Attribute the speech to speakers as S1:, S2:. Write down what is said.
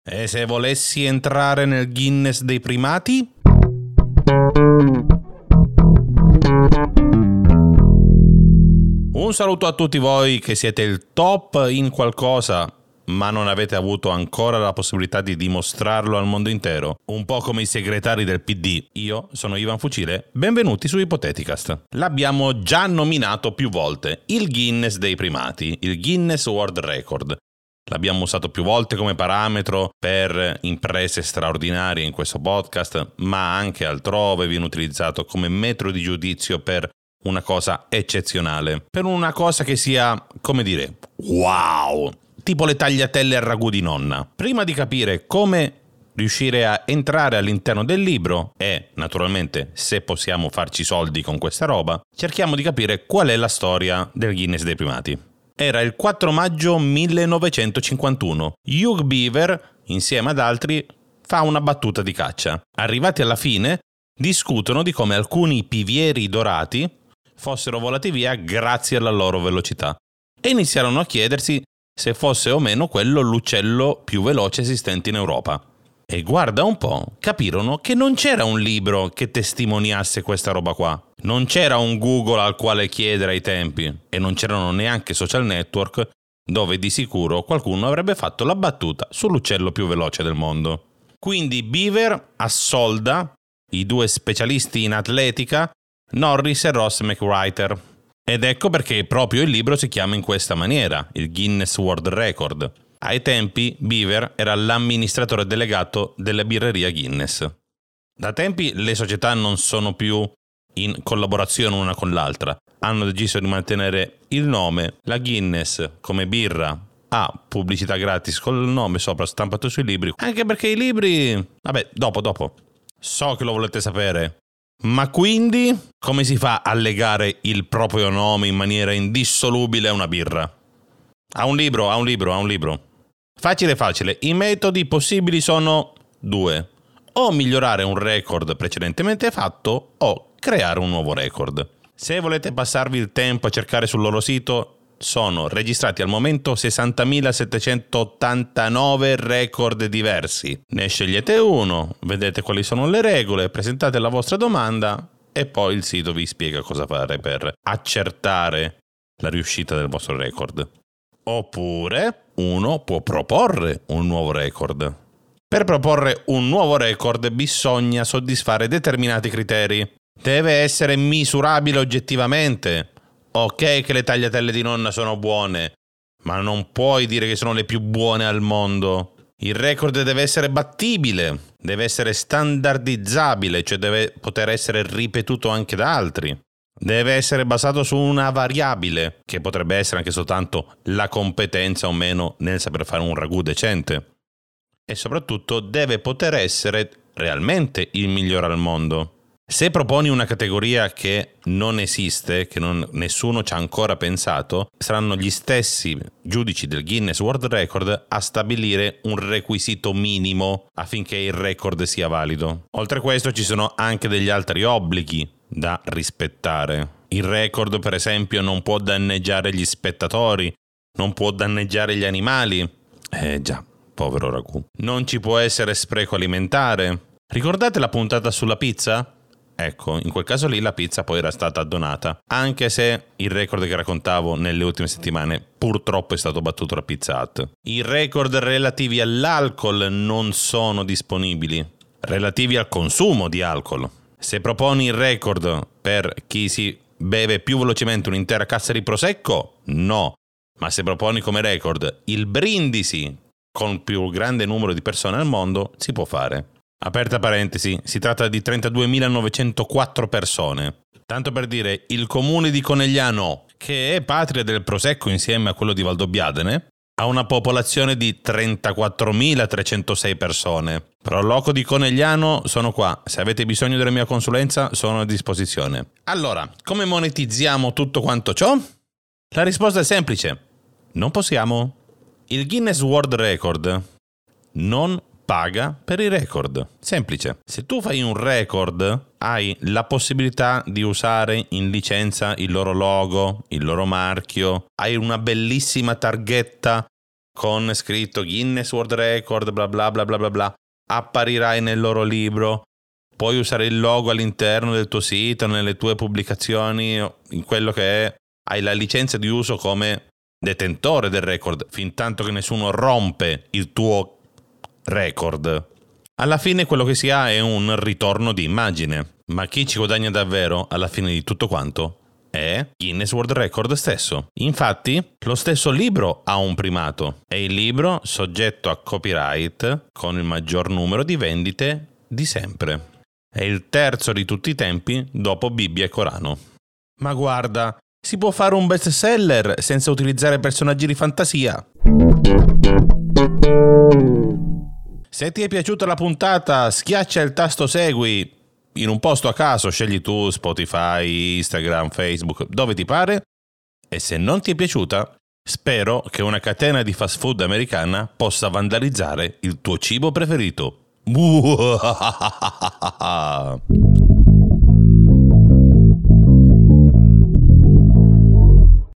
S1: E se volessi entrare nel Guinness dei primati? Un saluto a tutti voi che siete il top in qualcosa, ma non avete avuto ancora la possibilità di dimostrarlo al mondo intero. Un po' come i segretari del PD. Io sono Ivan Fucile, benvenuti su Ipoteticast. L'abbiamo già nominato più volte, il Guinness dei primati, il Guinness World Record. L'abbiamo usato più volte come parametro per imprese straordinarie in questo podcast, ma anche altrove viene utilizzato come metro di giudizio per una cosa eccezionale, per una cosa che sia, come dire, wow, tipo le tagliatelle al ragù di nonna. Prima di capire come riuscire a entrare all'interno del libro e, naturalmente, se possiamo farci soldi con questa roba, cerchiamo di capire qual è la storia del Guinness dei primati. Era il 4 maggio 1951. Hugh Beaver, insieme ad altri, fa una battuta di caccia. Arrivati alla fine, discutono di come alcuni pivieri dorati fossero volati via grazie alla loro velocità e iniziarono a chiedersi se fosse o meno quello l'uccello più veloce esistente in Europa. E guarda un po', capirono che non c'era un libro che testimoniasse questa roba qua. Non c'era un Google al quale chiedere ai tempi e non c'erano neanche social network dove di sicuro qualcuno avrebbe fatto la battuta sull'uccello più veloce del mondo. Quindi Beaver assolda i due specialisti in atletica, Norris e Ross McWriter. Ed ecco perché proprio il libro si chiama in questa maniera, il Guinness World Record. Ai tempi Beaver era l'amministratore delegato della birreria Guinness. Da tempi le società non sono più in collaborazione una con l'altra. Hanno deciso di mantenere il nome, la Guinness come birra ha pubblicità gratis col nome sopra stampato sui libri. Anche perché i libri... Vabbè, dopo. So che lo volete sapere. Ma quindi come si fa a legare il proprio nome in maniera indissolubile a una birra? A un libro. Facile. I metodi possibili sono due. O migliorare un record precedentemente fatto o creare un nuovo record. Se volete passarvi il tempo a cercare sul loro sito, sono registrati al momento 60.789 record diversi. Ne scegliete uno, vedete quali sono le regole, presentate la vostra domanda e poi il sito vi spiega cosa fare per accertare la riuscita del vostro record. Oppure uno può proporre un nuovo record. Per proporre un nuovo record bisogna soddisfare determinati criteri. Deve essere misurabile oggettivamente. Ok che le tagliatelle di nonna sono buone, ma non puoi dire che sono le più buone al mondo. Il record deve essere battibile, deve essere standardizzabile, cioè deve poter essere ripetuto anche da altri. Deve essere basato su una variabile, che potrebbe essere anche soltanto la competenza o meno nel saper fare un ragù decente. E soprattutto deve poter essere realmente il migliore al mondo. Se proponi una categoria che non esiste, che nessuno ci ha ancora pensato, saranno gli stessi giudici del Guinness World Record a stabilire un requisito minimo affinché il record sia valido. Oltre a questo ci sono anche degli altri obblighi da rispettare. Il record, per esempio, non può danneggiare gli spettatori, non può danneggiare gli animali. Già, povero ragù. Non ci può essere spreco alimentare. Ricordate la puntata sulla pizza? Ecco, in quel caso lì la pizza poi era stata donata, anche se il record che raccontavo nelle ultime settimane purtroppo è stato battuto da Pizza Hut. I record relativi all'alcol non sono disponibili, relativi al consumo di alcol. Se proponi il record per chi si beve più velocemente un'intera cassa di prosecco, no. Ma se proponi come record il brindisi con il più grande numero di persone al mondo, si può fare. Aperta parentesi, si tratta di 32.904 persone. Tanto per dire, il comune di Conegliano, che è patria del prosecco insieme a quello di Valdobbiadene, ha una popolazione di 34.306 persone. Pro loco di Conegliano sono qua. Se avete bisogno della mia consulenza, sono a disposizione. Allora, come monetizziamo tutto quanto ciò? La risposta è semplice. Non possiamo. Il Guinness World Record non paga per i record. Semplice. Se tu fai un record, hai la possibilità di usare in licenza il loro logo, il loro marchio, hai una bellissima targhetta con scritto Guinness World Record, bla bla bla bla bla bla, apparirai nel loro libro, puoi usare il logo all'interno del tuo sito, nelle tue pubblicazioni, in quello che è, hai la licenza di uso come detentore del record, fin tanto che nessuno rompe il tuo record. Alla fine quello che si ha è un ritorno di immagine, ma chi ci guadagna davvero alla fine di tutto quanto è Guinness World Record stesso. Infatti, lo stesso libro ha un primato, è il libro soggetto a copyright con il maggior numero di vendite di sempre. È il terzo di tutti i tempi dopo Bibbia e Corano. Ma guarda, si può fare un bestseller senza utilizzare personaggi di fantasia. Se ti è piaciuta la puntata, schiaccia il tasto segui in un posto a caso, scegli tu Spotify, Instagram, Facebook, dove ti pare. E se non ti è piaciuta, spero che una catena di fast food americana possa vandalizzare il tuo cibo preferito.